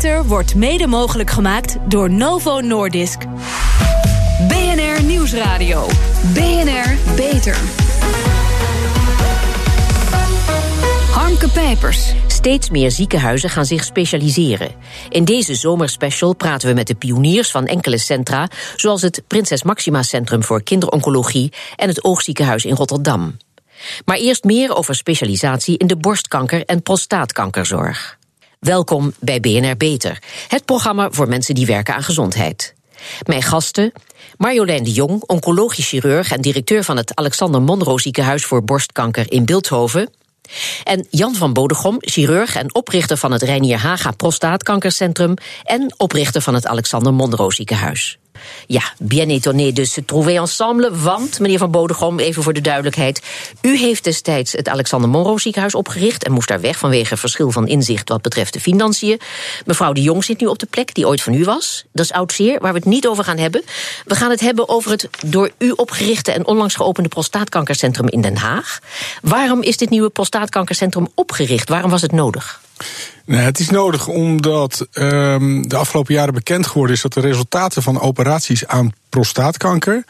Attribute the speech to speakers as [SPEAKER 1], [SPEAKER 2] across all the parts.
[SPEAKER 1] Beter wordt mede mogelijk gemaakt door Novo Nordisk. BNR Nieuwsradio. BNR Beter. Harmke Pijpers.
[SPEAKER 2] Steeds meer ziekenhuizen gaan zich specialiseren. In deze zomerspecial praten we met de pioniers van enkele centra, zoals het Prinses Máxima Centrum voor Kinderoncologie en het Oogziekenhuis in Rotterdam. Maar eerst meer over specialisatie in de borstkanker- en prostaatkankerzorg. Welkom bij BNR Beter, het programma voor mensen die werken aan gezondheid. Mijn gasten: Marjolein de Jong, oncologisch chirurg en directeur van het Alexander Monro Ziekenhuis voor borstkanker in Bilthoven. En Jan van Bodegom, chirurg en oprichter van het Reinier Haga Prostaatkankercentrum en oprichter van het Alexander Monro Ziekenhuis. Ja, bien étonné dus se trouver ensemble, want, meneer van Bodegom, even voor de duidelijkheid, u heeft destijds het Alexander Monro Ziekenhuis opgericht en moest daar weg vanwege verschil van inzicht wat betreft de financiën. Mevrouw de Jong zit nu op de plek die ooit van u was. Dat is oud zeer, waar we het niet over gaan hebben. We gaan het hebben over het door u opgerichte en onlangs geopende prostaatkankercentrum in Den Haag. Waarom is dit nieuwe prostaatkankercentrum opgericht? Waarom was het nodig?
[SPEAKER 3] Nou, het is nodig omdat de afgelopen jaren bekend geworden is dat de resultaten van operaties aan prostaatkanker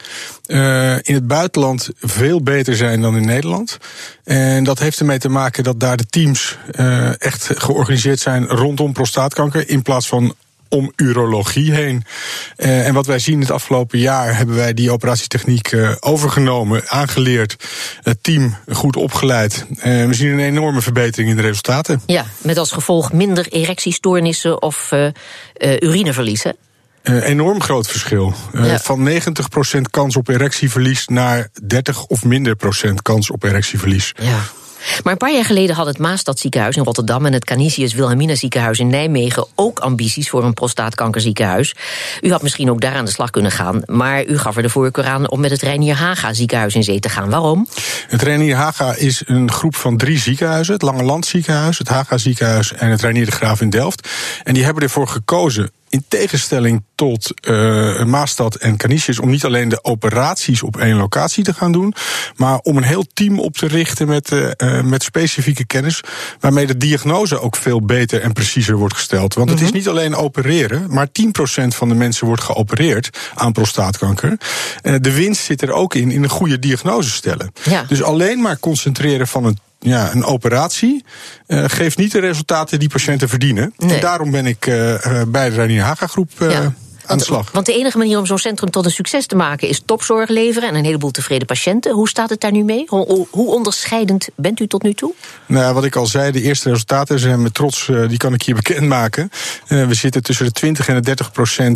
[SPEAKER 3] in het buitenland veel beter zijn dan in Nederland. En dat heeft ermee te maken dat daar de teams echt georganiseerd zijn rondom prostaatkanker in plaats van om urologie heen. En wat wij zien het afgelopen jaar hebben wij die operatietechniek overgenomen, aangeleerd, het team goed opgeleid. We zien een enorme verbetering in de resultaten.
[SPEAKER 2] Ja, met als gevolg minder erectiestoornissen of urineverlies, hè?
[SPEAKER 3] Enorm groot verschil. Van 90% kans op erectieverlies naar 30 of minder procent kans op erectieverlies.
[SPEAKER 2] Ja. Maar een paar jaar geleden had het Maastadziekenhuis in Rotterdam en het Canisius Wilhelmina Ziekenhuis in Nijmegen ook ambities voor een prostaatkankerziekenhuis. U had misschien ook daar aan de slag kunnen gaan, maar u gaf er de voorkeur aan om met het Reinier Haga Ziekenhuis in zee te gaan. Waarom?
[SPEAKER 3] Het Reinier Haga is een groep van 3 ziekenhuizen. Het Langeland Ziekenhuis, het Haga Ziekenhuis en het Reinier de Graaf in Delft. En die hebben ervoor gekozen, in tegenstelling tot Maastad en Canisius, om niet alleen de operaties op één locatie te gaan doen, maar om een heel team op te richten met specifieke kennis, waarmee de diagnose ook veel beter en preciezer wordt gesteld. Want het is niet alleen opereren, maar 10% van de mensen wordt geopereerd aan prostaatkanker. De winst zit er ook in een goede diagnose stellen. Ja. Dus alleen maar concentreren van een operatie geeft niet de resultaten die patiënten verdienen. Nee. En daarom ben ik bij de Reinier Haga groep aan de slag.
[SPEAKER 2] Want de enige manier om zo'n centrum tot een succes te maken is topzorg leveren en een heleboel tevreden patiënten. Hoe staat het daar nu mee? Hoe onderscheidend bent u tot nu toe?
[SPEAKER 3] Nou, wat ik al zei, de eerste resultaten zijn met trots, die kan ik hier bekendmaken. We zitten tussen de 20 en de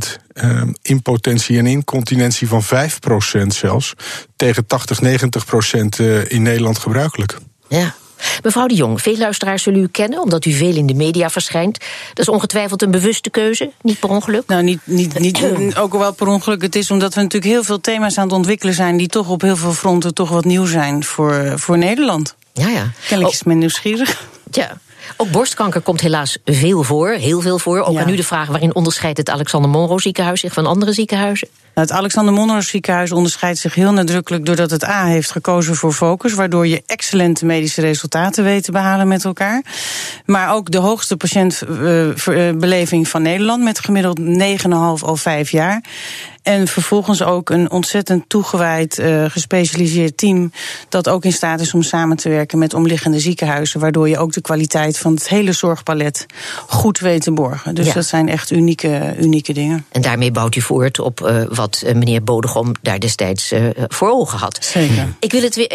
[SPEAKER 3] 30% impotentie en incontinentie van 5% zelfs, tegen 80-90% in Nederland gebruikelijk.
[SPEAKER 2] Ja. Mevrouw de Jong, veel luisteraars zullen u kennen, omdat u veel in de media verschijnt. Dat is ongetwijfeld een bewuste keuze, niet per ongeluk?
[SPEAKER 4] Nou, niet ook wel per ongeluk. Het is omdat we natuurlijk heel veel thema's aan het ontwikkelen zijn die toch op heel veel fronten toch wat nieuw zijn voor Nederland. Ja. Kennelijk is men nieuwsgierig.
[SPEAKER 2] Ja. Ook borstkanker komt helaas heel veel voor. Ook aan u de vraag, waarin onderscheidt het Alexander Monro Ziekenhuis zich van andere ziekenhuizen?
[SPEAKER 4] Het Alexander Monro Ziekenhuis onderscheidt zich heel nadrukkelijk doordat het heeft gekozen voor focus, waardoor je excellente medische resultaten weet te behalen met elkaar. Maar ook de hoogste patiëntbeleving van Nederland met gemiddeld 9,5 al 5 jaar. En vervolgens ook een ontzettend toegewijd, gespecialiseerd team dat ook in staat is om samen te werken met omliggende ziekenhuizen, waardoor je ook de kwaliteit van het hele zorgpalet goed weet te borgen. Dus dat zijn echt unieke dingen.
[SPEAKER 2] En daarmee bouwt u voort op wat meneer Bodegom daar destijds voor ogen had.
[SPEAKER 4] Zeker.
[SPEAKER 2] Ik wil het weer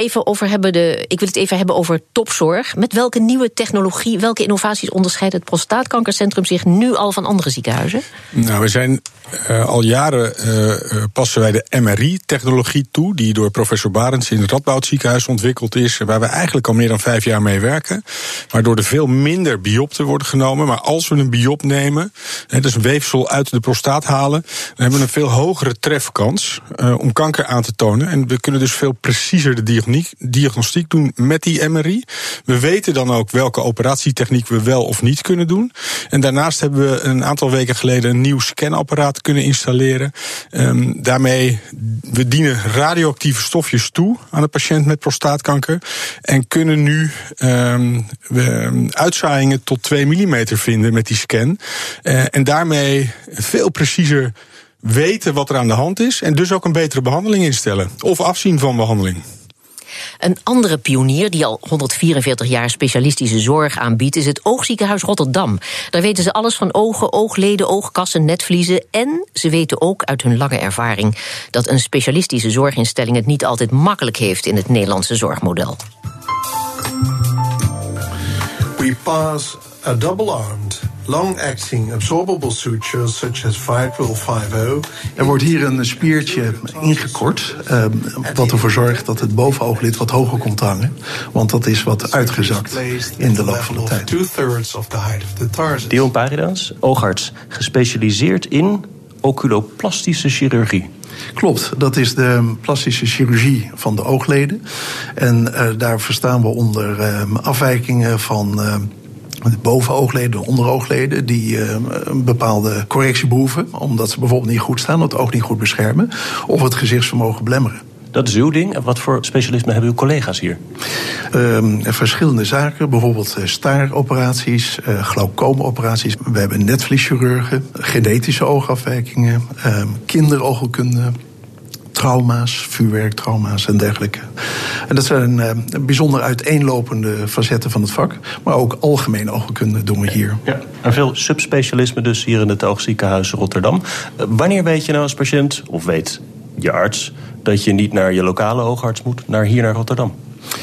[SPEAKER 2] even hebben over topzorg. Met welke nieuwe technologie, welke innovaties onderscheidt het prostaatkankercentrum zich nu al van andere ziekenhuizen?
[SPEAKER 3] Nou, we zijn al jaren passen wij de MRI-technologie toe, die door professor Barends in het Radboud Ziekenhuis ontwikkeld is, waar we eigenlijk al meer dan 5 jaar mee werken, waardoor er veel minder biopten worden genomen. Maar als we een biop nemen, dus een weefsel uit de prostaat halen, dan hebben we een veel hogere trefkans om kanker aan te tonen. En we kunnen dus veel preciezer de diagnostiek doen met die MRI. We weten dan ook welke operatietechniek we wel of niet kunnen doen. En daarnaast hebben we een aantal weken geleden een nieuw scanapparaat kunnen installeren. Daarmee we dienen radioactieve stofjes toe aan de patiënt met prostaatkanker. En kunnen nu uitzaaiingen tot 2 mm vinden met die scan. En daarmee veel preciezer weten wat er aan de hand is. En dus ook een betere behandeling instellen. Of afzien van behandeling.
[SPEAKER 2] Een andere pionier die al 144 jaar specialistische zorg aanbiedt is het Oogziekenhuis Rotterdam. Daar weten ze alles van ogen, oogleden, oogkassen, netvliezen. En ze weten ook uit hun lange ervaring dat een specialistische zorginstelling het niet altijd makkelijk heeft in het Nederlandse zorgmodel.
[SPEAKER 5] We pass a double-armed, long-acting absorbable suture such as Vicryl 5O.
[SPEAKER 6] Er wordt hier een spiertje ingekort, wat ervoor zorgt dat het bovenooglid wat hoger komt hangen. Want dat is wat uitgezakt in de loop van de tijd.
[SPEAKER 7] Dion Paridans, oogarts, gespecialiseerd in oculoplastische chirurgie.
[SPEAKER 6] Klopt, dat is de plastische chirurgie van de oogleden. En daar verstaan we onder afwijkingen van de bovenoogleden, de onderoogleden, die een bepaalde correctie behoeven, omdat ze bijvoorbeeld niet goed staan, het oog niet goed beschermen, of het gezichtsvermogen belemmeren.
[SPEAKER 7] Dat is uw ding. En wat voor specialisme hebben uw collega's hier?
[SPEAKER 6] Verschillende zaken, bijvoorbeeld staaroperaties, glaucoomoperaties. We hebben netvlieschirurgen, genetische oogafwijkingen, kinderoogelkunde, trauma's, vuurwerktrauma's en dergelijke. En dat zijn bijzonder uiteenlopende facetten van het vak. Maar ook algemene oogkunde doen we hier.
[SPEAKER 7] Ja, en veel subspecialisme dus hier in het Oogziekenhuis Rotterdam. Wanneer weet je nou als patiënt, of weet je arts, dat je niet naar je lokale oogarts moet, hier naar Rotterdam?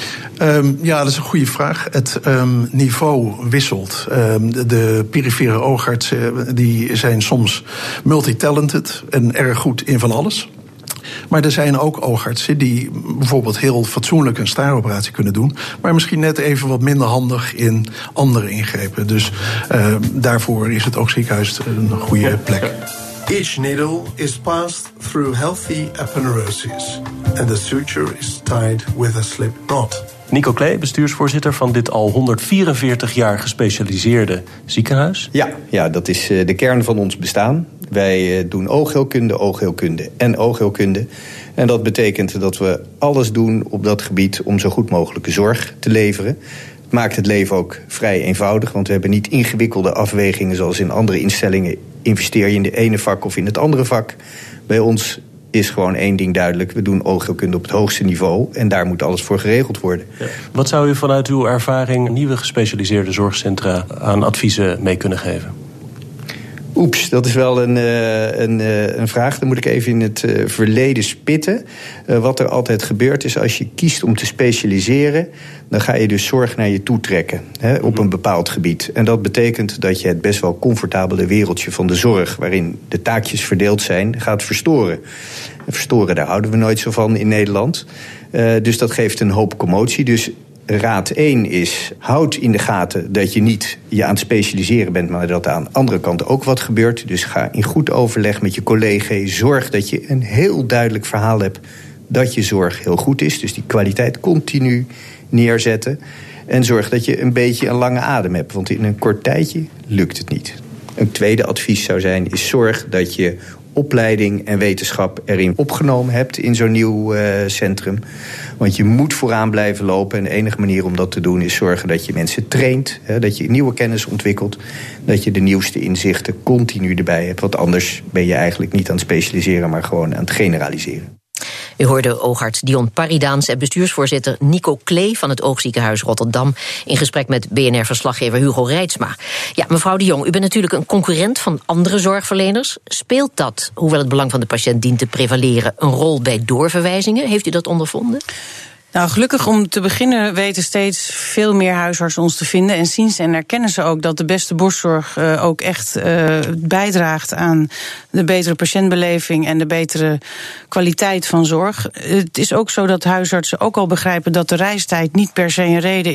[SPEAKER 6] Ja, dat is een goede vraag. Het niveau wisselt. De perifere oogartsen die zijn soms multitalented en erg goed in van alles. Maar er zijn ook oogartsen die bijvoorbeeld heel fatsoenlijk een staaroperatie kunnen doen, maar misschien net even wat minder handig in andere ingrepen. Dus daarvoor is het Oogziekenhuis een goede plek.
[SPEAKER 5] Each needle is passed through healthy aponeurosis and the suture is tied with a slip knot.
[SPEAKER 7] Nico Klee, bestuursvoorzitter van dit al 144 jaar gespecialiseerde ziekenhuis.
[SPEAKER 8] Ja, dat is de kern van ons bestaan. Wij doen oogheelkunde en oogheelkunde. En dat betekent dat we alles doen op dat gebied om zo goed mogelijke zorg te leveren. Het maakt het leven ook vrij eenvoudig, want we hebben niet ingewikkelde afwegingen zoals in andere instellingen. Investeer je in de ene vak of in het andere vak. Bij ons is gewoon één ding duidelijk. We doen oogheelkunde op het hoogste niveau en daar moet alles voor geregeld worden. Ja.
[SPEAKER 7] Wat zou u vanuit uw ervaring nieuwe gespecialiseerde zorgcentra aan adviezen mee kunnen geven?
[SPEAKER 8] Oeps, dat is wel een vraag. Dan moet ik even in het verleden spitten. Wat er altijd gebeurt is, als je kiest om te specialiseren, dan ga je dus zorg naar je toe trekken op een bepaald gebied. En dat betekent dat je het best wel comfortabele wereldje van de zorg, waarin de taakjes verdeeld zijn, gaat verstoren. En verstoren, daar houden we nooit zo van in Nederland. Dus dat geeft een hoop commotie. Dus raad 1 is, houd in de gaten dat je niet je aan het specialiseren bent, maar dat aan de andere kant ook wat gebeurt. Dus ga in goed overleg met je collega. Zorg dat je een heel duidelijk verhaal hebt dat je zorg heel goed is. Dus die kwaliteit continu neerzetten. En zorg dat je een beetje een lange adem hebt, want in een kort tijdje lukt het niet. Een tweede advies zou zijn, is zorg dat je opleiding en wetenschap erin opgenomen hebt in zo'n nieuw centrum. Want je moet vooraan blijven lopen. En de enige manier om dat te doen is zorgen dat je mensen traint. Dat je nieuwe kennis ontwikkelt. Dat je de nieuwste inzichten continu erbij hebt. Want anders ben je eigenlijk niet aan het specialiseren, maar gewoon aan het generaliseren.
[SPEAKER 2] U hoorde oogarts Dion Paridans en bestuursvoorzitter Nico Klee van het Oogziekenhuis Rotterdam in gesprek met BNR-verslaggever Hugo Reitsma. Ja, mevrouw de Jong, u bent natuurlijk een concurrent van andere zorgverleners. Speelt dat, hoewel het belang van de patiënt dient te prevaleren, een rol bij doorverwijzingen? Heeft u dat ondervonden?
[SPEAKER 4] Nou, gelukkig om te beginnen weten steeds veel meer huisartsen ons te vinden en zien ze en erkennen ze ook dat de beste borstzorg ook echt bijdraagt aan de betere patiëntbeleving en de betere kwaliteit van zorg. Het is ook zo dat huisartsen ook al begrijpen dat de reistijd niet per se een reden is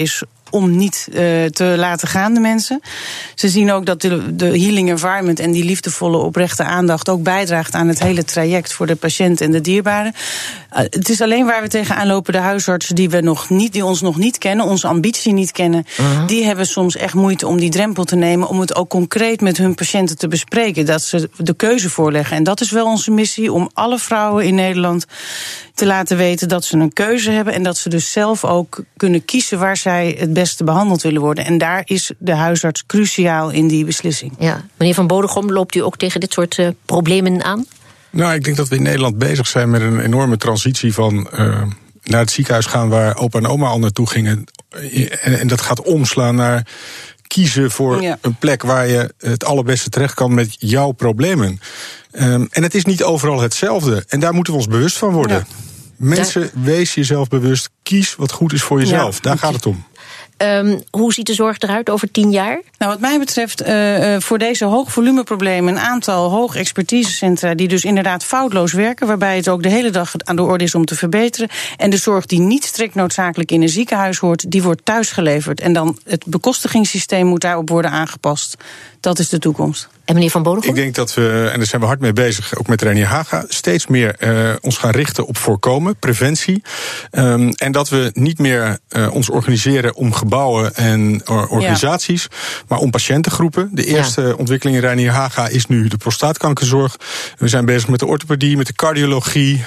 [SPEAKER 4] om niet te laten gaan, de mensen. Ze zien ook dat de healing environment en die liefdevolle oprechte aandacht ook bijdraagt aan het hele traject voor de patiënt en de dierbaren. Het is alleen waar we tegenaan lopen, de huisartsen die ons nog niet kennen, onze ambitie niet kennen, die hebben soms echt moeite om die drempel te nemen, om het ook concreet met hun patiënten te bespreken, dat ze de keuze voorleggen. En dat is wel onze missie, om alle vrouwen in Nederland te laten weten dat ze een keuze hebben en dat ze dus zelf ook kunnen kiezen waar zij het beste behandeld willen worden. En daar is de huisarts cruciaal in die beslissing.
[SPEAKER 2] Ja. Meneer Van Bodegom, loopt u ook tegen dit soort problemen aan?
[SPEAKER 3] Nou, ik denk dat we in Nederland bezig zijn met een enorme transitie van naar het ziekenhuis gaan waar opa en oma al naartoe gingen. En dat gaat omslaan naar kiezen voor een plek waar je het allerbeste terecht kan met jouw problemen. En het is niet overal hetzelfde. En daar moeten we ons bewust van worden. Ja. Mensen, wees jezelf bewust. Kies wat goed is voor jezelf. Ja. Daar gaat het om.
[SPEAKER 2] Hoe ziet de zorg eruit over 10 jaar?
[SPEAKER 4] Nou, wat mij betreft, voor deze hoogvolumeproblemen een aantal hoog expertisecentra die dus inderdaad foutloos werken, waarbij het ook de hele dag aan de orde is om te verbeteren. En de zorg die niet strikt noodzakelijk in een ziekenhuis hoort, die wordt thuis geleverd. En dan het bekostigingssysteem moet daarop worden aangepast. Dat is de toekomst.
[SPEAKER 2] En meneer Van Bodegom?
[SPEAKER 3] Ik denk dat we, en daar zijn we hard mee bezig, ook met Reinier Haga, steeds meer ons gaan richten op voorkomen, preventie. En dat we niet meer ons organiseren om gebouwen en organisaties, maar om patiëntengroepen. De eerste ontwikkeling in Reinier Haga is nu de prostaatkankerzorg. We zijn bezig met de orthopedie, met de cardiologie.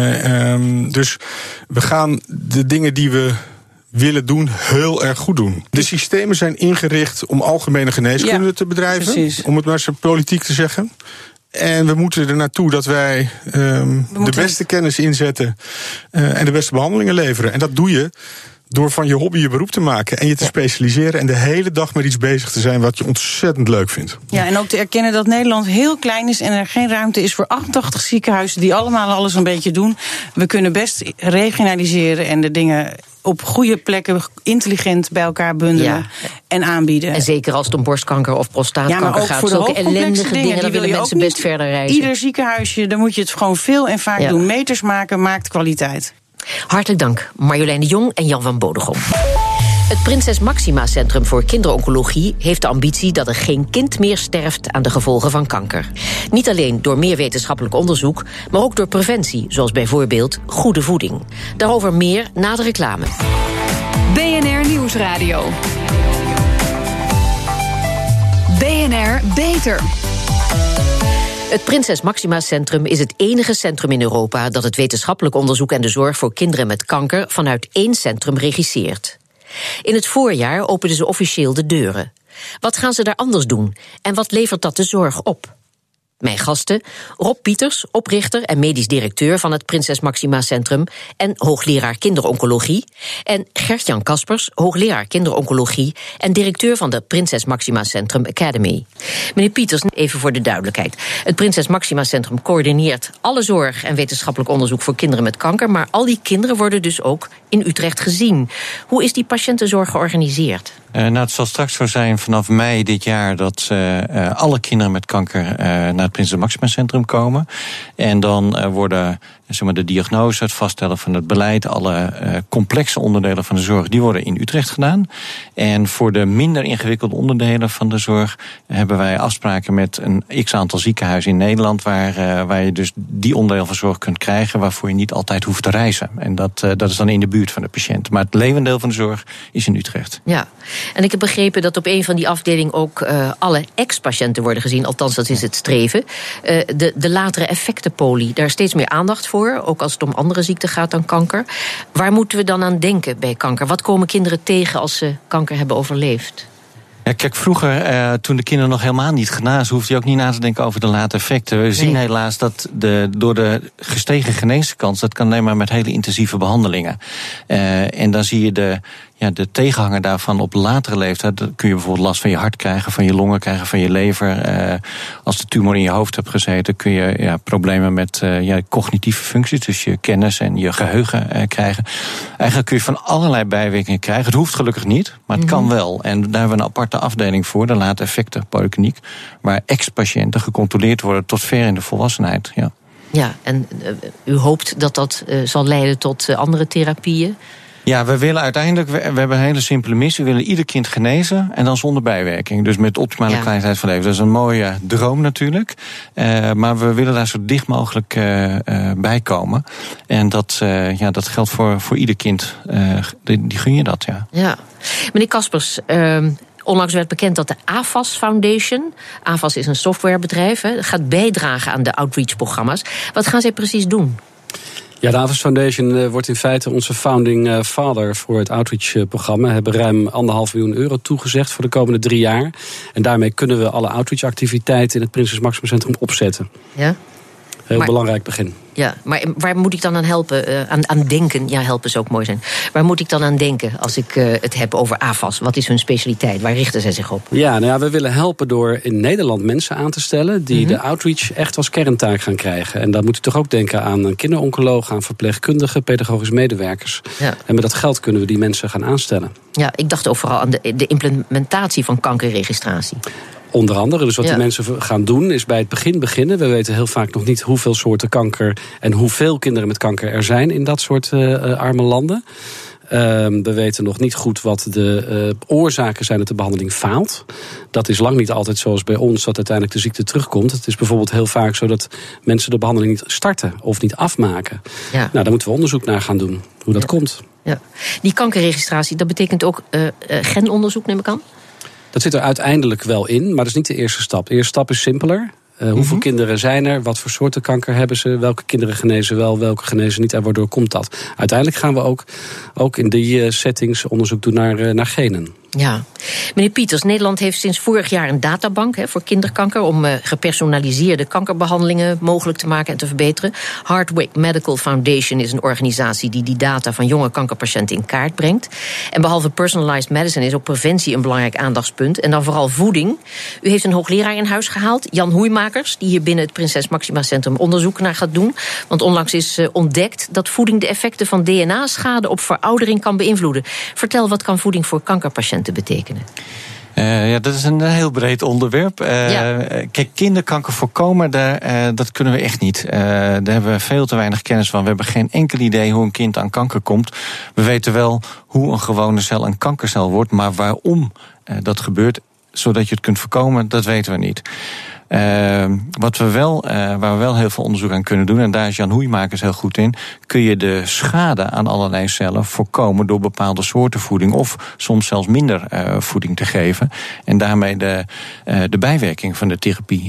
[SPEAKER 3] Dus we gaan de dingen die we willen doen, heel erg goed doen. De systemen zijn ingericht om algemene geneeskunde te bedrijven. Precies. Om het maar zo politiek te zeggen. En we moeten er naartoe dat wij de beste kennis inzetten en de beste behandelingen leveren. En dat doe je door van je hobby je beroep te maken en je te specialiseren en de hele dag met iets bezig te zijn wat je ontzettend leuk vindt.
[SPEAKER 4] Ja, en ook te erkennen dat Nederland heel klein is en er geen ruimte is voor 88 ziekenhuizen die allemaal alles een beetje doen. We kunnen best regionaliseren en de dingen op goede plekken intelligent bij elkaar bundelen en aanbieden.
[SPEAKER 2] En zeker als het om borstkanker of prostaatkanker gaat.
[SPEAKER 4] Voor
[SPEAKER 2] zulke ellendige dingen, dan willen mensen best verder reizen.
[SPEAKER 4] Ieder ziekenhuisje, dan moet je het gewoon veel en vaak doen. Meters maken maakt kwaliteit.
[SPEAKER 2] Hartelijk dank, Marjolein de Jong en Jan van Bodegom. Het Prinses Máxima Centrum voor Kinderoncologie heeft de ambitie dat er geen kind meer sterft aan de gevolgen van kanker. Niet alleen door meer wetenschappelijk onderzoek, maar ook door preventie, zoals bijvoorbeeld goede voeding. Daarover meer na de reclame.
[SPEAKER 1] BNR Nieuwsradio. BNR Beter.
[SPEAKER 2] Het Prinses Máxima Centrum is het enige centrum in Europa dat het wetenschappelijk onderzoek en de zorg voor kinderen met kanker vanuit één centrum regisseert. In het voorjaar openen ze officieel de deuren. Wat gaan ze daar anders doen en wat levert dat de zorg op? Mijn gasten, Rob Pieters, oprichter en medisch directeur van het Prinses Máxima Centrum en hoogleraar kinderoncologie, en Gert-Jan Kaspers, hoogleraar kinderoncologie en directeur van de Prinses Máxima Centrum Academy. Meneer Pieters, even voor de duidelijkheid. Het Prinses Máxima Centrum coördineert alle zorg en wetenschappelijk onderzoek voor kinderen met kanker, maar al die kinderen worden dus ook in Utrecht gezien. Hoe is die patiëntenzorg georganiseerd?
[SPEAKER 9] Het zal straks zo zijn vanaf mei dit jaar dat alle kinderen met kanker naar het Prinses Máxima Centrum komen. En dan worden de diagnose, het vaststellen van het beleid, alle complexe onderdelen van de zorg, die worden in Utrecht gedaan. En voor de minder ingewikkelde onderdelen van de zorg hebben wij afspraken met een x-aantal ziekenhuizen in Nederland waar je dus die onderdeel van zorg kunt krijgen waarvoor je niet altijd hoeft te reizen. En dat is dan in de buurt van de patiënt. Maar het levendeel van de zorg is in Utrecht.
[SPEAKER 2] Ja, en ik heb begrepen dat op een van die afdelingen ook alle ex-patiënten worden gezien. Althans, dat is het streven. De latere effectenpolie, daar is steeds meer aandacht voor. Ook als het om andere ziekten gaat dan kanker. Waar moeten we dan aan denken bij kanker? Wat komen kinderen tegen als ze kanker hebben overleefd?
[SPEAKER 9] Ja, kijk, vroeger, toen de kinderen nog helemaal niet genezen, hoefde je ook niet na te denken over de late effecten. We zien helaas dat door de gestegen geneeskans, dat kan alleen maar met hele intensieve behandelingen. En dan zie je de tegenhanger daarvan op latere leeftijd. Dan kun je bijvoorbeeld last van je hart krijgen, van je longen krijgen, van je lever. Als de tumor in je hoofd hebt gezeten, kun je problemen met cognitieve functies, dus je kennis en je geheugen krijgen. Eigenlijk kun je van allerlei bijwerkingen krijgen. Het hoeft gelukkig niet, maar het kan wel. En daar hebben we een aparte afdeling voor, de late effecten polykliniek, waar ex-patiënten gecontroleerd worden tot ver in de volwassenheid. Ja,
[SPEAKER 2] en u hoopt dat dat zal leiden tot andere therapieën?
[SPEAKER 9] Ja, we willen uiteindelijk, we hebben een hele simpele missie. We willen ieder kind genezen en dan zonder bijwerking. Dus met optimale kwaliteit van leven. Dat is een mooie droom natuurlijk. Maar we willen daar zo dicht mogelijk bij komen. En dat geldt voor ieder kind. Die gun je dat, ja.
[SPEAKER 2] Ja. Meneer Kaspers, onlangs werd bekend dat de AFAS Foundation, AFAS is een softwarebedrijf, gaat bijdragen aan de outreach-programma's. Wat gaan zij precies doen?
[SPEAKER 10] Ja, de AFAS Foundation wordt in feite onze founding father voor het outreach-programma. We hebben ruim €1,5 miljoen toegezegd voor de komende 3 jaar. En daarmee kunnen we alle outreach-activiteiten in het Prinses Maxima Centrum opzetten.
[SPEAKER 2] Ja?
[SPEAKER 10] Heel belangrijk begin.
[SPEAKER 2] Ja, maar waar moet ik dan aan helpen? Aan denken? Ja, helpen zou ook mooi zijn. Waar moet ik dan aan denken als ik het heb over AFAS? Wat is hun specialiteit? Waar richten zij zich op?
[SPEAKER 10] Ja, we willen helpen door in Nederland mensen aan te stellen die de outreach echt als kerntaak gaan krijgen. En dan moet u toch ook denken aan kinderoncologen, aan verpleegkundigen, pedagogisch medewerkers. Ja. En met dat geld kunnen we die mensen gaan aanstellen.
[SPEAKER 2] Ja, ik dacht ook vooral aan de implementatie van kankerregistratie.
[SPEAKER 10] Onder andere, dus wat die mensen gaan doen is bij het begin beginnen. We weten heel vaak nog niet hoeveel soorten kanker en hoeveel kinderen met kanker er zijn in dat soort arme landen. We weten nog niet goed wat de oorzaken zijn dat de behandeling faalt. Dat is lang niet altijd zoals bij ons, dat uiteindelijk de ziekte terugkomt. Het is bijvoorbeeld heel vaak zo dat mensen de behandeling niet starten of niet afmaken. Ja. Nou, daar moeten we onderzoek naar gaan doen, hoe dat komt. Ja.
[SPEAKER 2] Die kankerregistratie, dat betekent ook genonderzoek, neem ik aan?
[SPEAKER 10] Dat zit er uiteindelijk wel in, maar dat is niet de eerste stap. De eerste stap is simpeler. Hoeveel kinderen zijn er? Wat voor soorten kanker hebben ze? Welke kinderen genezen wel, welke genezen niet? En waardoor komt dat? Uiteindelijk gaan we ook in die settings onderzoek doen naar genen.
[SPEAKER 2] Ja. Meneer Pieters, Nederland heeft sinds vorig jaar een databank voor kinderkanker om gepersonaliseerde kankerbehandelingen mogelijk te maken en te verbeteren. Hardwick Medical Foundation is een organisatie die data van jonge kankerpatiënten in kaart brengt. En behalve personalized medicine is ook preventie een belangrijk aandachtspunt. En dan vooral voeding. U heeft een hoogleraar in huis gehaald, Jan Hoeimakers, die hier binnen het Prinses Maxima Centrum onderzoek naar gaat doen. Want onlangs is ontdekt dat voeding de effecten van DNA-schade op veroudering kan beïnvloeden. Vertel, wat kan voeding voor kankerpatiënten betekenen?
[SPEAKER 9] Ja, dat is een heel breed onderwerp. Kijk, kinderkanker voorkomen, dat kunnen we echt niet. Daar hebben we veel te weinig kennis van. We hebben geen enkel idee hoe een kind aan kanker komt. We weten wel hoe een gewone cel een kankercel wordt, maar waarom dat gebeurt, zodat je het kunt voorkomen, dat weten we niet. Waar we wel heel veel onderzoek aan kunnen doen, en daar is Jan Hoeimakers heel goed in, kun je de schade aan allerlei cellen voorkomen door bepaalde soorten voeding of soms zelfs minder voeding te geven. En daarmee de bijwerking van de therapie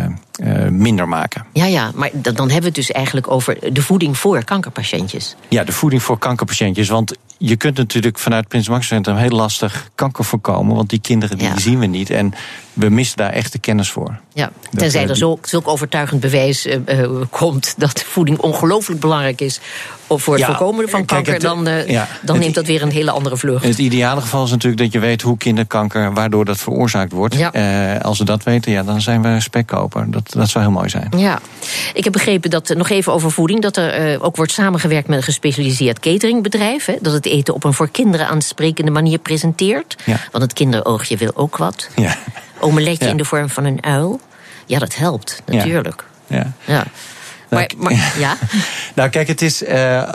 [SPEAKER 9] minder maken.
[SPEAKER 2] Ja, maar dan hebben we het dus eigenlijk over de voeding voor kankerpatiëntjes. Ja,
[SPEAKER 9] de voeding voor kankerpatiëntjes, want je kunt natuurlijk vanuit Prinses Maxima Centrum heel lastig kanker voorkomen, want die kinderen die zien we niet en we missen daar echt de kennis voor. Ja,
[SPEAKER 2] tenzij er zulk overtuigend bewijs komt dat voeding ongelooflijk belangrijk is voor het voorkomen van kanker, dan neemt dat weer een hele andere vlucht.
[SPEAKER 9] Het ideale geval is natuurlijk dat je weet hoe kinderkanker, waardoor dat veroorzaakt wordt. Ja. Als we dat weten, dan zijn we spekkoper. Dat zou heel mooi zijn. Ja,
[SPEAKER 2] ik heb begrepen dat, nog even over voeding, dat er ook wordt samengewerkt met een gespecialiseerd cateringbedrijf. Dat het eten op een voor kinderen aansprekende manier presenteert. Ja. Want het kinderoogje wil ook wat. Ja. Omeletje in de vorm van een uil. Ja, dat helpt, natuurlijk. Ja. Maar ja?
[SPEAKER 9] Nou, kijk, het is.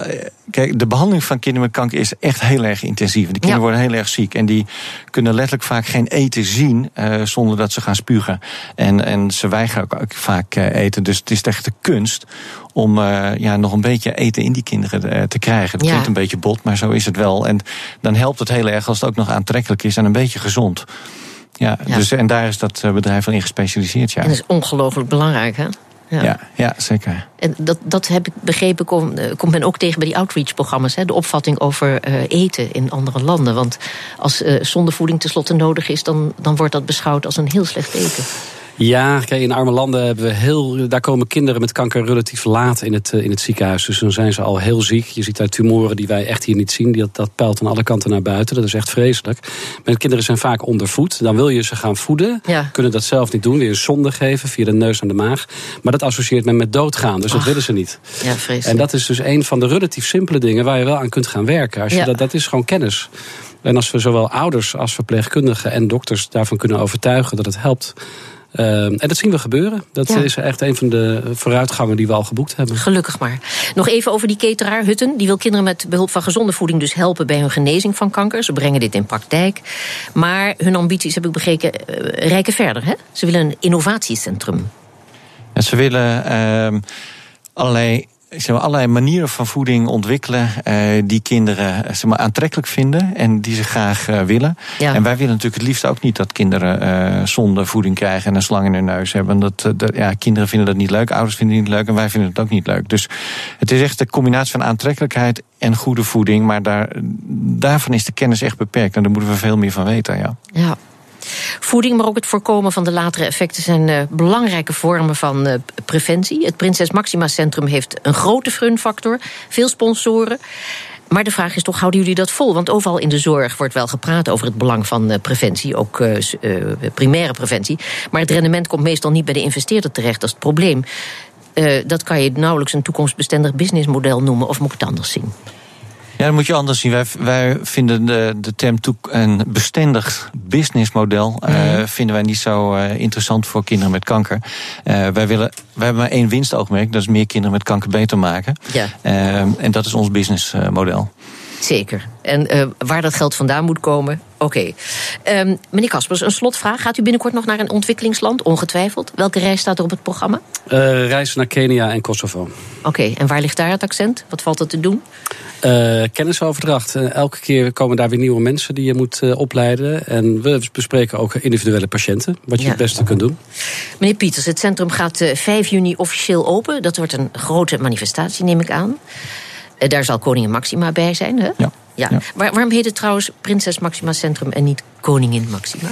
[SPEAKER 9] De behandeling van kinderen met kanker is echt heel erg intensief. De kinderen worden heel erg ziek. En die kunnen letterlijk vaak geen eten zien zonder dat ze gaan spugen. En ze weigeren ook vaak eten. Dus het is echt de kunst om nog een beetje eten in die kinderen te krijgen. Dat klinkt een beetje bot, maar zo is het wel. En dan helpt het heel erg als het ook nog aantrekkelijk is en een beetje gezond. Ja. Dus, en daar is dat bedrijf wel in gespecialiseerd. Ja.
[SPEAKER 2] En dat is ongelooflijk belangrijk, hè?
[SPEAKER 9] Ja, zeker.
[SPEAKER 2] En dat heb ik begrepen, komt men ook tegen bij die outreach-programma's. De opvatting over eten in andere landen. Want als zondevoeding tenslotte nodig is, dan wordt dat beschouwd als een heel slecht eten.
[SPEAKER 10] Ja, kijk, in arme landen hebben we daar komen kinderen met kanker relatief laat in het ziekenhuis. Dus dan zijn ze al heel ziek. Je ziet daar tumoren die wij echt hier niet zien. Dat peilt aan alle kanten naar buiten. Dat is echt vreselijk. Maar kinderen zijn vaak ondervoed. Dan wil je ze gaan voeden. Ja. Kunnen dat zelf niet doen. Weer een zonde geven via de neus naar de maag. Maar dat associeert men met doodgaan. Dus dat willen ze niet. Ja, vreselijk. En dat is dus een van de relatief simpele dingen waar je wel aan kunt gaan werken. Dat is gewoon kennis. En als we zowel ouders als verpleegkundigen en dokters daarvan kunnen overtuigen dat het helpt En dat zien we gebeuren. Dat is echt een van de vooruitgangen die we al geboekt hebben.
[SPEAKER 2] Gelukkig maar. Nog even over die cateraar Hutten. Die wil kinderen met behulp van gezonde voeding dus helpen bij hun genezing van kanker. Ze brengen dit in praktijk. Maar hun ambities, heb ik begrepen, reiken verder. Hè? Ze willen een innovatiecentrum.
[SPEAKER 9] En ze willen allerlei manieren van voeding ontwikkelen die kinderen aantrekkelijk vinden en die ze graag willen. Ja. En wij willen natuurlijk het liefst ook niet dat kinderen zonde voeding krijgen en een slang in hun neus hebben. Kinderen vinden dat niet leuk, ouders vinden het niet leuk en wij vinden het ook niet leuk. Dus het is echt een combinatie van aantrekkelijkheid en goede voeding, maar daarvan is de kennis echt beperkt en daar moeten we veel meer van weten.
[SPEAKER 2] Ja. Voeding, maar ook het voorkomen van de latere effecten zijn belangrijke vormen van preventie. Het Prinses Máxima Centrum heeft een grote gunfactor, veel sponsoren. Maar de vraag is toch, houden jullie dat vol? Want overal in de zorg wordt wel gepraat over het belang van preventie, ook primaire preventie. Maar het rendement komt meestal niet bij de investeerder terecht, dat is het probleem. Dat kan je nauwelijks een toekomstbestendig businessmodel noemen, of moet ik het anders zien?
[SPEAKER 9] Ja, dat moet je anders zien. Wij vinden de term een bestendig businessmodel vinden wij niet zo interessant voor kinderen met kanker. Wij hebben maar één winstoogmerk, dat is meer kinderen met kanker beter maken. Ja. En dat is ons businessmodel.
[SPEAKER 2] Zeker. En waar dat geld vandaan moet komen, oké. Meneer Caspers, een slotvraag. Gaat u binnenkort nog naar een ontwikkelingsland? Ongetwijfeld. Welke reis staat er op het programma?
[SPEAKER 10] Reizen naar Kenia en Kosovo.
[SPEAKER 2] Oké, en waar ligt daar het accent? Wat valt er te doen?
[SPEAKER 10] Kennisoverdracht. Elke keer komen daar weer nieuwe mensen die je moet opleiden. En we bespreken ook individuele patiënten. Wat je het beste kunt doen.
[SPEAKER 2] Meneer Pieters, het centrum gaat 5 juni officieel open. Dat wordt een grote manifestatie, neem ik aan. Daar zal koningin Máxima bij zijn, hè? Ja. Waarom heet het trouwens Prinses Máxima Centrum en niet koningin Máxima?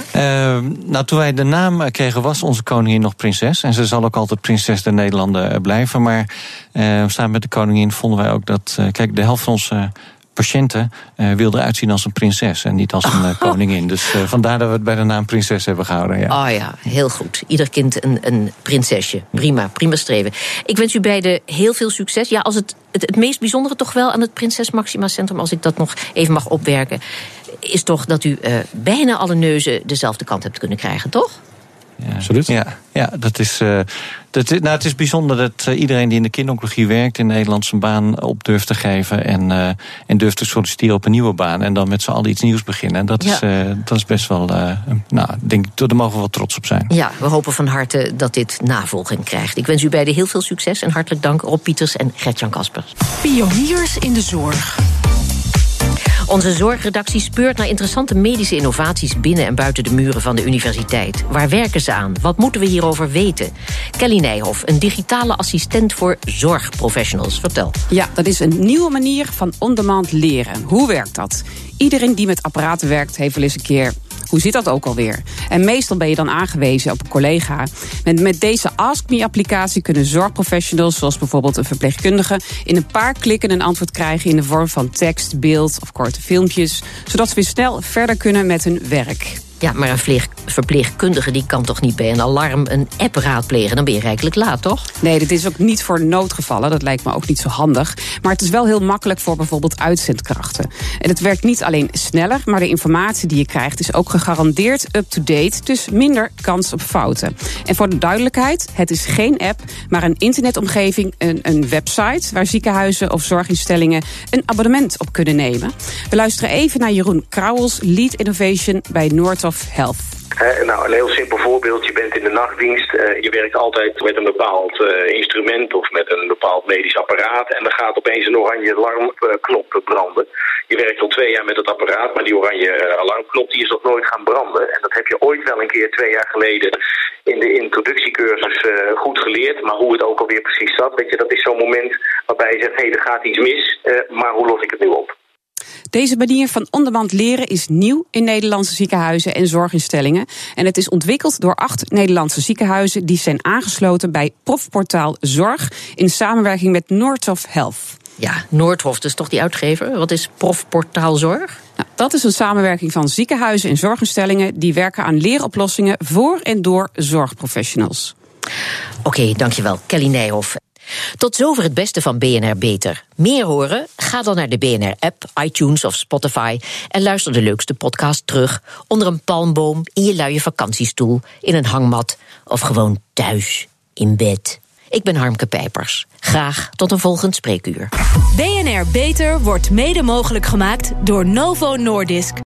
[SPEAKER 9] Toen wij de naam kregen was onze koningin nog prinses. En ze zal ook altijd prinses der Nederlanden blijven. Maar samen met de koningin vonden wij ook dat de helft van onze patiënten wilde eruit zien als een prinses en niet als een koningin. Dus vandaar dat we het bij de naam prinses hebben gehouden. Ja.
[SPEAKER 2] Oh ja, heel goed. Ieder kind een prinsesje. Prima streven. Ik wens u beiden heel veel succes. Ja, als het meest bijzondere toch wel aan het Prinses Máxima Centrum, als ik dat nog even mag opwerken, is toch dat u bijna alle neuzen dezelfde kant hebt kunnen krijgen, toch?
[SPEAKER 9] Ja, absoluut. Ja, dat is. Het is bijzonder dat iedereen die in de kinderoncologie werkt in Nederland zijn baan op durft te geven en durft te solliciteren op een nieuwe baan en dan met z'n allen iets nieuws beginnen. En dat is best wel, denk ik, daar mogen we wel trots op zijn. Ja, we hopen van harte dat dit navolging krijgt. Ik wens u beiden heel veel succes en hartelijk dank Rob Pieters en Gert-Jan Caspers.
[SPEAKER 1] Pioniers in de zorg.
[SPEAKER 2] Onze zorgredactie speurt naar interessante medische innovaties binnen en buiten de muren van de universiteit. Waar werken ze aan? Wat moeten we hierover weten? Kelly Nijhoff, een digitale assistent voor zorgprofessionals. Vertel.
[SPEAKER 11] Ja, dat is een nieuwe manier van on-demand leren. Hoe werkt dat? Iedereen die met apparaten werkt heeft wel eens een keer: hoe zit dat ook alweer? En meestal ben je dan aangewezen op een collega. Met deze Ask Me-applicatie kunnen zorgprofessionals, zoals bijvoorbeeld een verpleegkundige, in een paar klikken een antwoord krijgen in de vorm van tekst, beeld of korte filmpjes, zodat ze weer snel verder kunnen met hun werk.
[SPEAKER 2] Ja, maar een verpleegkundige die kan toch niet bij een alarm een app raadplegen? Dan ben je rijkelijk laat, toch?
[SPEAKER 11] Nee, dit is ook niet voor noodgevallen. Dat lijkt me ook niet zo handig. Maar het is wel heel makkelijk voor bijvoorbeeld uitzendkrachten. En het werkt niet alleen sneller, maar de informatie die je krijgt is ook gegarandeerd up-to-date. Dus minder kans op fouten. En voor de duidelijkheid, het is geen app, maar een internetomgeving, een website waar ziekenhuizen of zorginstellingen een abonnement op kunnen nemen. We luisteren even naar Jeroen Krauwels, Lead Innovation bij North of Health.
[SPEAKER 12] Een heel simpel voorbeeld. Je bent in de nachtdienst. Je werkt altijd met een bepaald instrument of met een bepaald medisch apparaat. En dan gaat opeens een oranje alarmknop branden. Je werkt al 2 jaar met het apparaat, maar die oranje alarmknop die is nog nooit gaan branden. En dat heb je ooit wel een keer 2 jaar geleden in de introductiecursus goed geleerd. Maar hoe het ook alweer precies zat, weet je, dat is zo'n moment waarbij je zegt, er gaat iets mis, maar hoe los ik het nu op?
[SPEAKER 11] Deze manier van on-demand leren is nieuw in Nederlandse ziekenhuizen en zorginstellingen. En het is ontwikkeld door 8 Nederlandse ziekenhuizen die zijn aangesloten bij Profportaal Zorg in samenwerking met North of Health.
[SPEAKER 2] Ja, Noordhof, dus toch die uitgever. Wat is Profportaal Zorg?
[SPEAKER 11] Nou, dat is een samenwerking van ziekenhuizen en zorginstellingen die werken aan leeroplossingen voor en door zorgprofessionals.
[SPEAKER 2] Oké, dankjewel, Kelly Nijhoff. Tot zover het beste van BNR Beter. Meer horen? Ga dan naar de BNR-app, iTunes of Spotify en luister de leukste podcast terug onder een palmboom, in je luie vakantiestoel, in een hangmat of gewoon thuis in bed. Ik ben Harmke Pijpers. Graag tot een volgend spreekuur.
[SPEAKER 1] BNR Beter wordt mede mogelijk gemaakt door Novo Nordisk.